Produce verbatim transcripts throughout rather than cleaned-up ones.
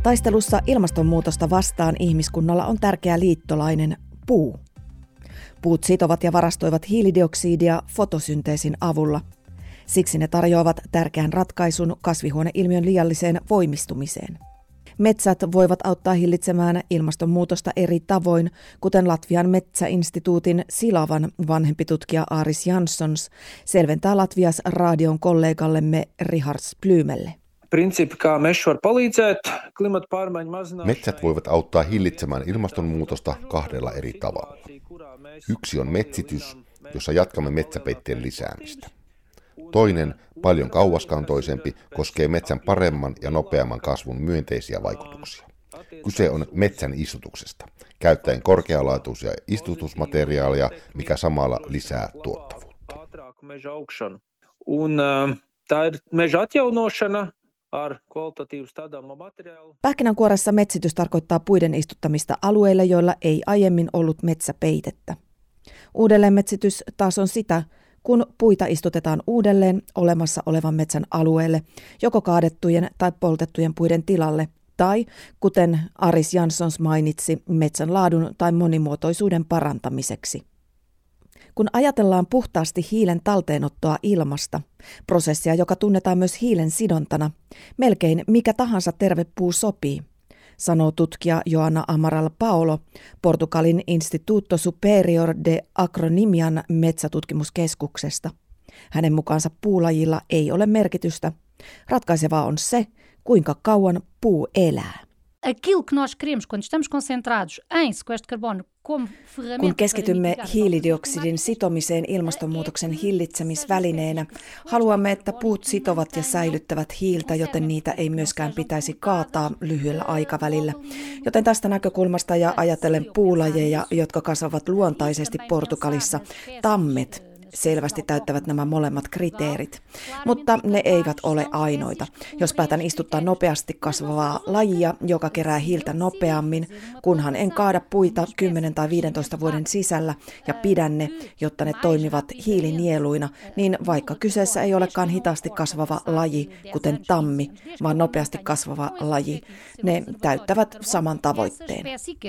Taistelussa ilmastonmuutosta vastaan ihmiskunnalla on tärkeä liittolainen puu. Puut sitovat ja varastoivat hiilidioksidia fotosynteesin avulla. Siksi ne tarjoavat tärkeän ratkaisun kasvihuoneilmiön liialliseen voimistumiseen. Metsät voivat auttaa hillitsemään ilmastonmuutosta eri tavoin, kuten Latvian metsäinstituutin Silavan vanhempi tutkija Aaris Janssons selventää Latvias radion kollegallemme Rihards Plymelle. Metsät voivat auttaa hillitsemään ilmastonmuutosta kahdella eri tavalla. Yksi on metsitys, jossa jatkamme metsäpeitteen lisäämistä. Toinen, paljon kauaskantoisempi, koskee metsän paremman ja nopeamman kasvun myönteisiä vaikutuksia. Kyse on metsän istutuksesta, käyttäen korkealaatuisia istutusmateriaaleja, mikä samalla lisää tuottavuutta. Pähkinänkuoressa metsitys tarkoittaa puiden istuttamista alueille, joilla ei aiemmin ollut metsäpeitettä. Uudelleenmetsitys taas on sitä, kun puita istutetaan uudelleen olemassa olevan metsän alueelle, joko kaadettujen tai poltettujen puiden tilalle, tai, kuten Aaris Janssons mainitsi, metsän laadun tai monimuotoisuuden parantamiseksi. Kun ajatellaan puhtaasti hiilen talteenottoa ilmasta, prosessia, joka tunnetaan myös hiilen sidontana, melkein mikä tahansa terve puu sopii, sanoo tutkija Joana Amaral Paolo Portugalin Instituto Superior de Agronomian metsätutkimuskeskuksesta. Hänen mukaansa puulajilla ei ole merkitystä. Ratkaisevaa on se, kuinka kauan puu elää. Kun keskitymme hiilidioksidin sitomiseen ilmastonmuutoksen hillitsemisvälineenä, haluamme, että puut sitovat ja säilyttävät hiiltä, joten niitä ei myöskään pitäisi kaataa lyhyellä aikavälillä. Joten tästä näkökulmasta ja ajatellen puulajeja, jotka kasvavat luontaisesti Portugalissa, tammet selvästi täyttävät nämä molemmat kriteerit, mutta ne eivät ole ainoita. Jos päätän istuttaa nopeasti kasvavaa lajia, joka kerää hiiltä nopeammin, kunhan en kaada puita kymmenen tai viidentoista vuoden sisällä ja pidän ne, jotta ne toimivat hiilinieluina, niin vaikka kyseessä ei olekaan hitaasti kasvava laji, kuten tammi, vaan nopeasti kasvava laji, ne täyttävät saman tavoitteen.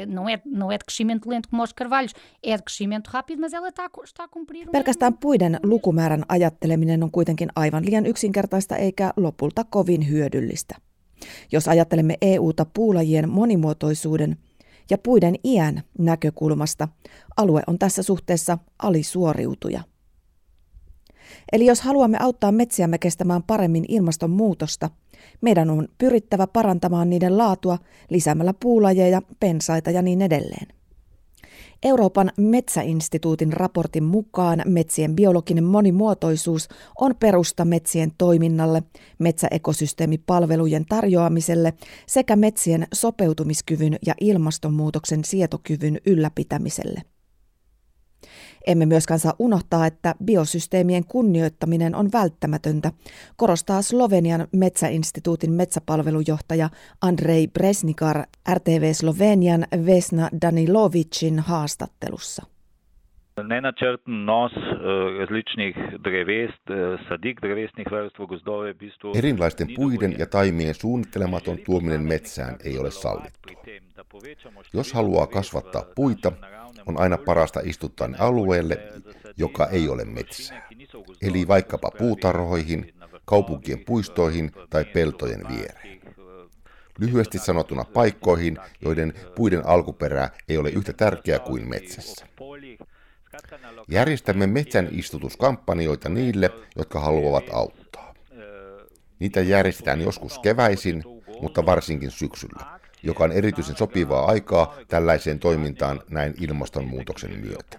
Pelkästään puiden lukumäärän ajatteleminen on kuitenkin aivan liian yksinkertaista eikä lopulta kovin hyödyllistä. Jos ajattelemme E U:ta puulajien monimuotoisuuden ja puiden iän näkökulmasta, alue on tässä suhteessa alisuoriutuja. Eli jos haluamme auttaa metsiämme kestämään paremmin ilmastonmuutosta, meidän on pyrittävä parantamaan niiden laatua lisäämällä puulajeja, pensaita ja niin edelleen. Euroopan metsäinstituutin raportin mukaan metsien biologinen monimuotoisuus on perusta metsien toiminnalle, metsäekosysteemipalvelujen tarjoamiselle sekä metsien sopeutumiskyvyn ja ilmastonmuutoksen sietokyvyn ylläpitämiselle. Emme myöskään saa unohtaa, että biosysteemien kunnioittaminen on välttämätöntä, korostaa Slovenian metsäinstituutin metsäpalvelujohtaja Andrej Bresnikar R T V Slovenian Vesna Danilovicin haastattelussa. Erilaisten puiden ja taimien suunnittelematon tuominen metsään ei ole sallittua. Jos haluaa kasvattaa puita, on aina parasta istuttaa ne alueelle, joka ei ole metsää, eli vaikkapa puutarhoihin, kaupunkien puistoihin tai peltojen viereen. Lyhyesti sanottuna paikkoihin, joiden puiden alkuperä ei ole yhtä tärkeä kuin metsässä. Järjestämme metsän istutuskampanjoita niille, jotka haluavat auttaa. Niitä järjestetään joskus keväisin, mutta varsinkin syksyllä, joka on erityisen sopivaa aikaa tällaiseen toimintaan näin ilmastonmuutoksen myötä.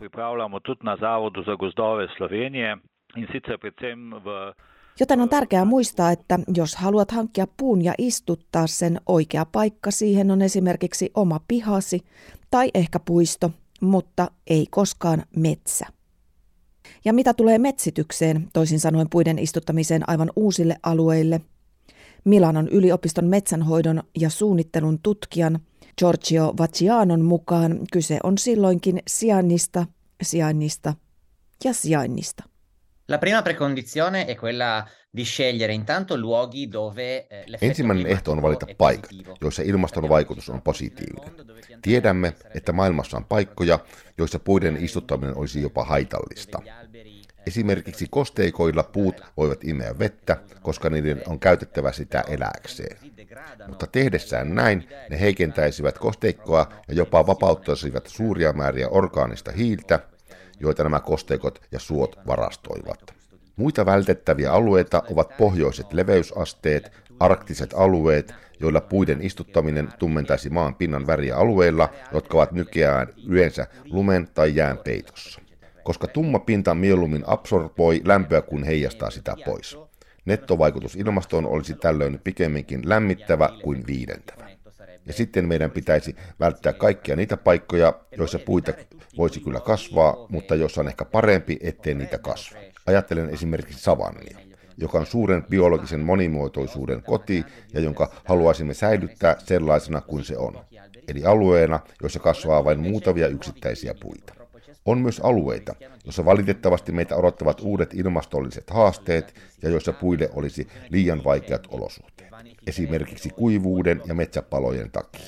Joten on tärkeää muistaa, että jos haluat hankkia puun ja istuttaa sen, oikea paikka siihen on esimerkiksi oma pihasi tai ehkä puisto, mutta ei koskaan metsä. Ja mitä tulee metsitykseen, toisin sanoen puiden istuttamiseen aivan uusille alueille, Milanon yliopiston metsänhoidon ja suunnittelun tutkijan Giorgio Vaccianon mukaan kyse on silloinkin sijainnista, sijainnista ja sijainnista. La prima precondizione è quella Ensimmäinen ehto on valita paikat, joissa ilmaston vaikutus on positiivinen. Tiedämme, että maailmassa on paikkoja, joissa puiden istuttaminen olisi jopa haitallista. Esimerkiksi kosteikoilla puut voivat imeä vettä, koska niiden on käytettävä sitä elääkseen. Mutta tehdessään näin ne heikentäisivät kosteikkoa ja jopa vapauttaisivat suuria määriä orgaanista hiiltä, joita nämä kosteikot ja suot varastoivat. Muita vältettäviä alueita ovat pohjoiset leveysasteet, arktiset alueet, joilla puiden istuttaminen tummentaisi maan pinnan väriä alueilla, jotka ovat nykyään yleensä lumen tai jään peitossa. Koska tumma pinta mieluummin absorboi lämpöä kuin heijastaa sitä pois. Nettovaikutus ilmastoon olisi tällöin pikemminkin lämmittävä kuin viidentävä. Ja sitten meidän pitäisi välttää kaikkia niitä paikkoja, joissa puita voisi kyllä kasvaa, mutta joissa on ehkä parempi, ettei niitä kasva. Ajattelen esimerkiksi savannia, joka on suuren biologisen monimuotoisuuden koti ja jonka haluaisimme säilyttää sellaisena kuin se on. Eli alueena, jossa kasvaa vain muutamia yksittäisiä puita. On myös alueita, joissa valitettavasti meitä odottavat uudet ilmastolliset haasteet ja joissa puille olisi liian vaikeat olosuhteet, esimerkiksi kuivuuden ja metsäpalojen takia.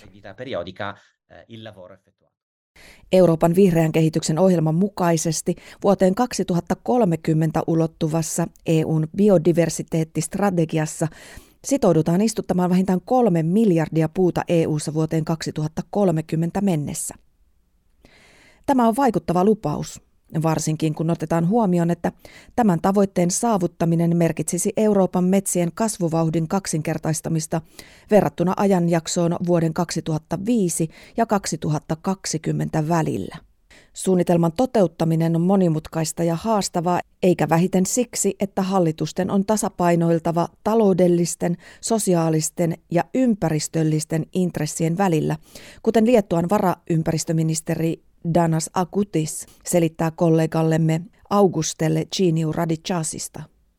Euroopan vihreän kehityksen ohjelman mukaisesti vuoteen kaksituhattakolmekymmentä ulottuvassa E U:n biodiversiteettistrategiassa sitoudutaan istuttamaan vähintään kolme miljardia puuta E U:ssa vuoteen kaksituhattakolmekymmentä mennessä. Tämä on vaikuttava lupaus, varsinkin kun otetaan huomioon, että tämän tavoitteen saavuttaminen merkitsisi Euroopan metsien kasvuvauhdin kaksinkertaistamista verrattuna ajanjaksoon vuoden kaksituhattaviisi ja kaksituhattakaksikymmentä välillä. Suunnitelman toteuttaminen on monimutkaista ja haastavaa, eikä vähiten siksi, että hallitusten on tasapainoiltava taloudellisten, sosiaalisten ja ympäristöllisten intressien välillä, kuten Liettuan varaympäristöministeri Danas Akutis selittää kollegallemme Augustelle Giniu Radicasista.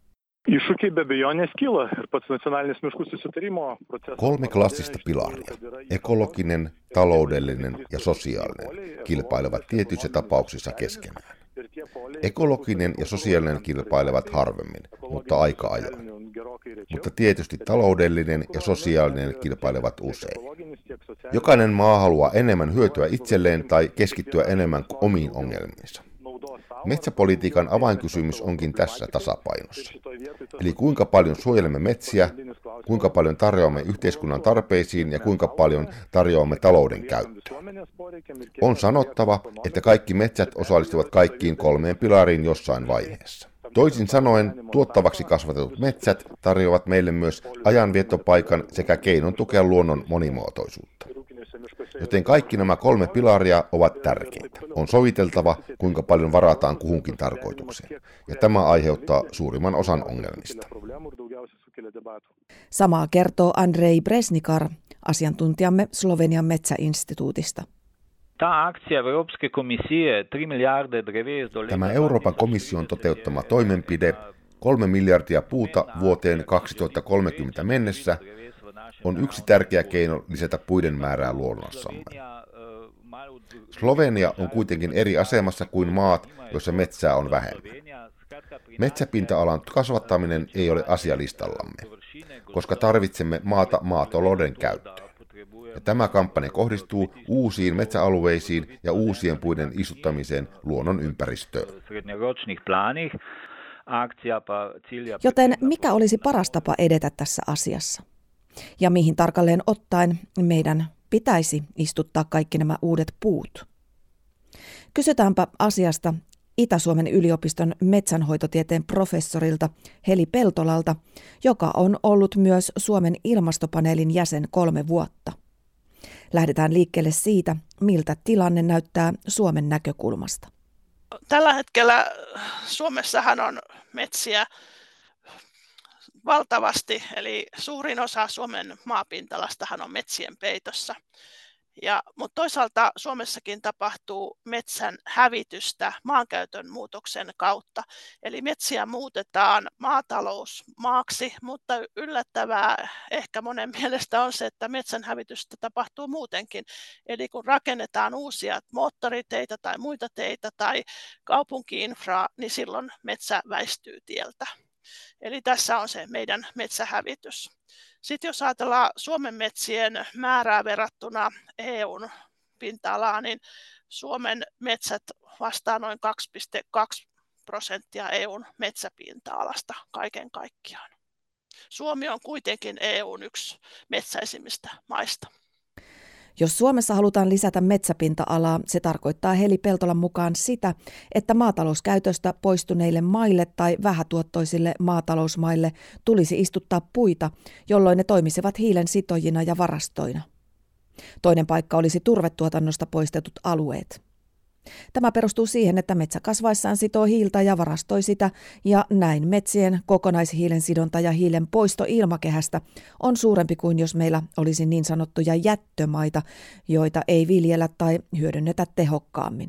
Kolme klassista pilaria, ekologinen, taloudellinen ja sosiaalinen, kilpailevat tietyissä tapauksissa keskenään. Ekologinen ja sosiaalinen kilpailevat harvemmin, mutta aika ajoin. Mutta tietysti taloudellinen ja sosiaalinen kilpailevat usein. Jokainen maa haluaa enemmän hyötyä itselleen tai keskittyä enemmän omiin ongelmiinsa. Metsäpolitiikan avainkysymys onkin tässä tasapainossa. Eli kuinka paljon suojelemme metsiä, kuinka paljon tarjoamme yhteiskunnan tarpeisiin ja kuinka paljon tarjoamme talouden käyttöön. On sanottava, että kaikki metsät osallistuvat kaikkiin kolmeen pilariin jossain vaiheessa. Toisin sanoen, tuottavaksi kasvatetut metsät tarjoavat meille myös ajanviettopaikan sekä keinon tukea luonnon monimuotoisuutta. Joten kaikki nämä kolme pilaria ovat tärkeitä. On soviteltava, kuinka paljon varataan kuhunkin tarkoitukseen. Ja tämä aiheuttaa suurimman osan ongelmista. Samaa kertoo Andrei Bresnikar, asiantuntijamme Slovenian metsäinstituutista. Tämä Euroopan komission toteuttama toimenpide, kolme miljardia puuta vuoteen kaksituhattakolmekymmentä mennessä, on yksi tärkeä keino lisätä puiden määrää luonnossamme. Slovenia on kuitenkin eri asemassa kuin maat, joissa metsää on vähemmän. Metsäpinta-alan kasvattaminen ei ole asialistallamme, koska tarvitsemme maata maatalouden käyttöön. Ja tämä kampanja kohdistuu uusiin metsäalueisiin ja uusien puiden istuttamiseen luonnon ympäristöön. Joten mikä olisi paras tapa edetä tässä asiassa? Ja mihin tarkalleen ottaen meidän pitäisi istuttaa kaikki nämä uudet puut? Kysytäänpä asiasta Itä-Suomen yliopiston metsänhoitotieteen professorilta Heli Peltolalta, joka on ollut myös Suomen ilmastopaneelin jäsen kolme vuotta. Lähdetään liikkeelle siitä, miltä tilanne näyttää Suomen näkökulmasta. Tällä hetkellä Suomessahan on metsiä valtavasti, eli suurin osa Suomen maapinta-alastahan on metsien peitossa. Ja, mutta toisaalta Suomessakin tapahtuu metsän hävitystä maankäytön muutoksen kautta. Eli metsiä muutetaan maatalousmaaksi, mutta yllättävää ehkä monen mielestä on se, että metsän hävitystä tapahtuu muutenkin. Eli kun rakennetaan uusia moottoriteitä tai muita teitä tai kaupunki-infraa, niin silloin metsä väistyy tieltä. Eli tässä on se meidän metsähävitys. Sitten jos ajatellaan Suomen metsien määrää verrattuna E U:n pinta-alaan, niin Suomen metsät vastaa noin kaksi pilkku kaksi prosenttia E U:n metsäpinta-alasta kaiken kaikkiaan. Suomi on kuitenkin E U:n yksi metsäisimmistä maista. Jos Suomessa halutaan lisätä metsäpinta-alaa, se tarkoittaa Heli Peltolan mukaan sitä, että maatalouskäytöstä poistuneille maille tai vähätuottoisille maatalousmaille tulisi istuttaa puita, jolloin ne toimisivat hiilen sitojina ja varastoina. Toinen paikka olisi turvetuotannosta poistetut alueet. Tämä perustuu siihen, että metsä kasvaessaan sitoo hiiltä ja varastoi sitä, ja näin metsien kokonaishiilen sidonta ja hiilen poisto ilmakehästä on suurempi kuin jos meillä olisi niin sanottuja jättömaita, joita ei viljellä tai hyödynnetä tehokkaammin.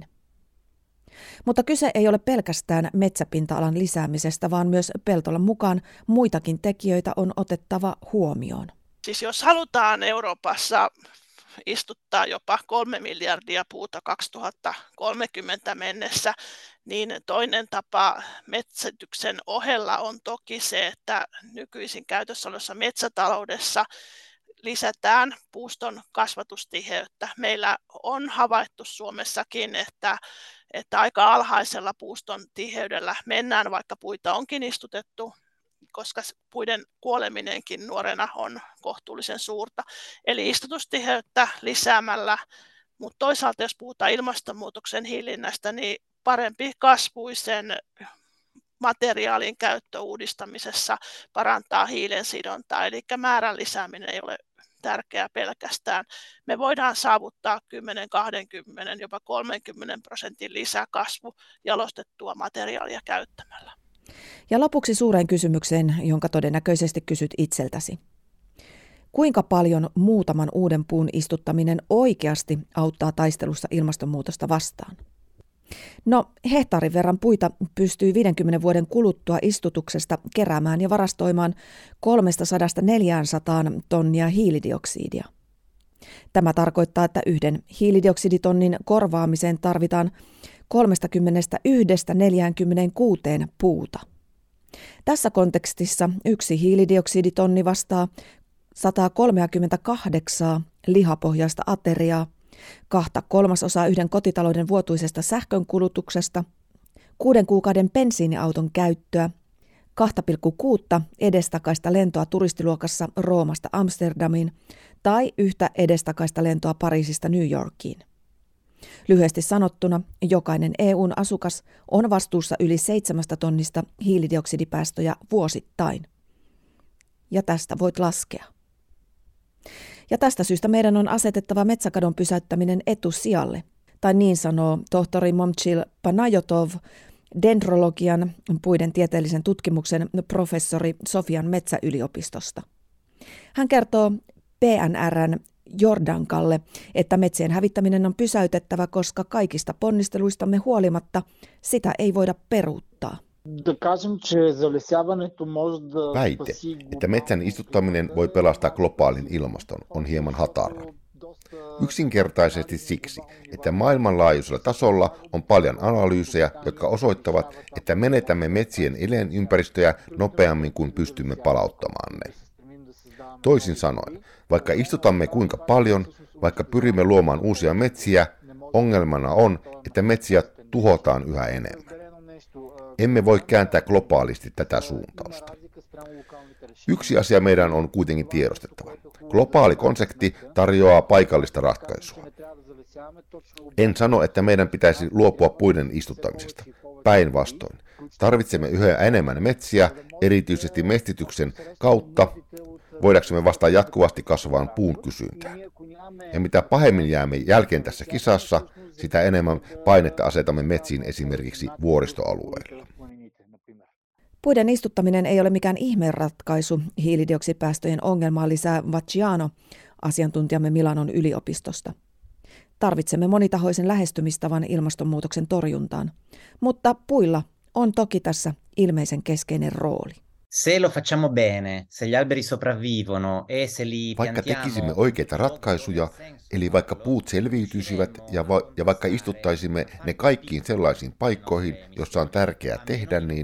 Mutta kyse ei ole pelkästään metsäpinta-alan lisäämisestä, vaan myös Peltolan mukaan muitakin tekijöitä on otettava huomioon. Siis jos halutaan Euroopassa istuttaa jopa kolme miljardia puuta kaksituhattakolmekymmentä mennessä, niin toinen tapa metsätyksen ohella on toki se, että nykyisin käytössä olevassa metsätaloudessa lisätään puuston kasvatustiheyttä. Meillä on havaittu Suomessakin, että, että aika alhaisella puuston tiheydellä mennään, vaikka puita onkin istutettu, koska puiden kuoleminenkin nuorena on kohtuullisen suurta. Eli istutustiheyttä lisäämällä, mutta toisaalta jos puhutaan ilmastonmuutoksen hillinnästä, niin parempi kasvuisen materiaalin käyttö uudistamisessa parantaa hiilen sidontaa, eli määrän lisääminen ei ole tärkeää pelkästään. Me voidaan saavuttaa kymmenen, kaksikymmentä, jopa kolmekymmentä prosentin lisäkasvu jalostettua materiaalia käyttämällä. Ja lopuksi suureen kysymykseen, jonka todennäköisesti kysyt itseltäsi. Kuinka paljon muutaman uuden puun istuttaminen oikeasti auttaa taistelussa ilmastonmuutosta vastaan? No, hehtaarin verran puita pystyy viidenkymmenen vuoden kuluttua istutuksesta keräämään ja varastoimaan kolmestasadasta neljäänsataan tonnia hiilidioksidia. Tämä tarkoittaa, että yhden hiilidioksiditonnin korvaamiseen tarvitaan kolmekymmentäyksi neljäkymmentäkuusi puuta. Tässä kontekstissa yksi hiilidioksiditonni vastaa sata kolmekymmentäkahdeksan lihapohjaista ateriaa, kahta kolmasosaa yhden kotitalouden vuotuisesta sähkönkulutuksesta, kuuden kuukauden bensiiniauton käyttöä, kaksi pilkku kuusi edestakaista lentoa turistiluokassa Roomasta Amsterdamiin tai yhtä edestakaista lentoa Pariisista New Yorkiin. Lyhyesti sanottuna, jokainen E U:n asukas on vastuussa yli seitsemästä tonnista hiilidioksidipäästöjä vuosittain. Ja tästä voit laskea. Ja tästä syystä meidän on asetettava metsäkadon pysäyttäminen etusijalle, tai niin sanoo tohtori Momchil Panajotov, dendrologian puiden tieteellisen tutkimuksen professori Sofian metsäyliopistosta. Hän kertoo P N R:n Jordankalle, että metsien hävittäminen on pysäytettävä, koska kaikista ponnisteluistamme huolimatta sitä ei voida peruuttaa. Väite, että metsän istuttaminen voi pelastaa globaalin ilmaston, on hieman hatara. Yksinkertaisesti siksi, että maailmanlaajuisella tasolla on paljon analyysejä, jotka osoittavat, että menetämme metsien elinympäristöjä nopeammin kuin pystymme palauttamaan ne. Toisin sanoen, vaikka istutamme kuinka paljon, vaikka pyrimme luomaan uusia metsiä, ongelmana on, että metsiä tuhotaan yhä enemmän. Emme voi kääntää globaalisti tätä suuntausta. Yksi asia meidän on kuitenkin tiedostettava. Globaali konsepti tarjoaa paikallista ratkaisua. En sano, että meidän pitäisi luopua puiden istuttamisesta. Päinvastoin. Tarvitsemme yhä enemmän metsiä, erityisesti mestityksen kautta, voidaksemme vastata jatkuvasti kasvavaan puun kysyntään. Ja mitä pahemmin jäämme jälkeen tässä kisassa, sitä enemmän painetta asetamme metsiin esimerkiksi vuoristoalueilla. Puiden istuttaminen ei ole mikään ihmeratkaisu hiilidioksidipäästöjen ongelmaan, lisää Vacciano, asiantuntijamme Milanon yliopistosta. Tarvitsemme monitahoisen lähestymistavan ilmastonmuutoksen torjuntaan, mutta puilla on toki tässä ilmeisen keskeinen rooli. Se lo facciamo bene, se gli alberi sopravvivono e se li Vaikka piantiamo... tekisimme oikeita ratkaisuja, eli vaikka puut selviytyisivät ja, va- ja vaikka istuttaisimme ne kaikkiin sellaisiin paikkoihin, joissa on tärkeää tehdä niin,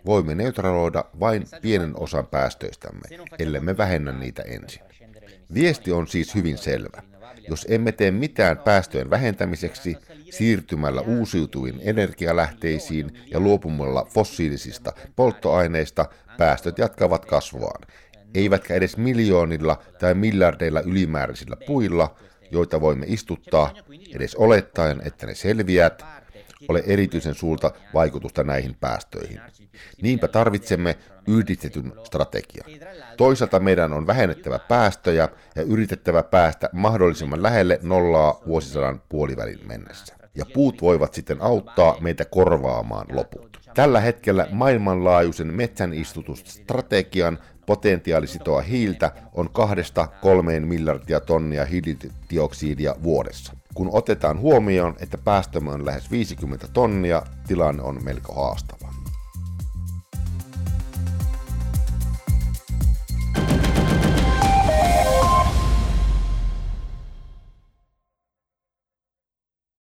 voimme neutraloida vain pienen osan päästöistämme, ellemme vähennä niitä ensin. Viesti on siis hyvin selvä. Jos emme tee mitään päästöjen vähentämiseksi, siirtymällä uusiutuviin energialähteisiin ja luopumalla fossiilisista polttoaineista, päästöt jatkavat kasvuaan, eivätkä edes miljoonilla tai miljardeilla ylimääräisillä puilla, joita voimme istuttaa, edes olettaen, että ne selviät, ole erityisen suurta vaikutusta näihin päästöihin. Niinpä tarvitsemme yhdistetyn strategian. Toisaalta meidän on vähennettävä päästöjä ja yritettävä päästä mahdollisimman lähelle nollaa vuosisadan puolivälin mennessä. Ja puut voivat sitten auttaa meitä korvaamaan loput. Tällä hetkellä maailmanlaajuisen metsänistutusstrategian potentiaali sitoa hiiltä on kahdesta kolmeen miljardia tonnia hiilidioksidia vuodessa. Kun otetaan huomioon, että päästömme on lähes viisikymmentä tonnia, tilanne on melko haastava.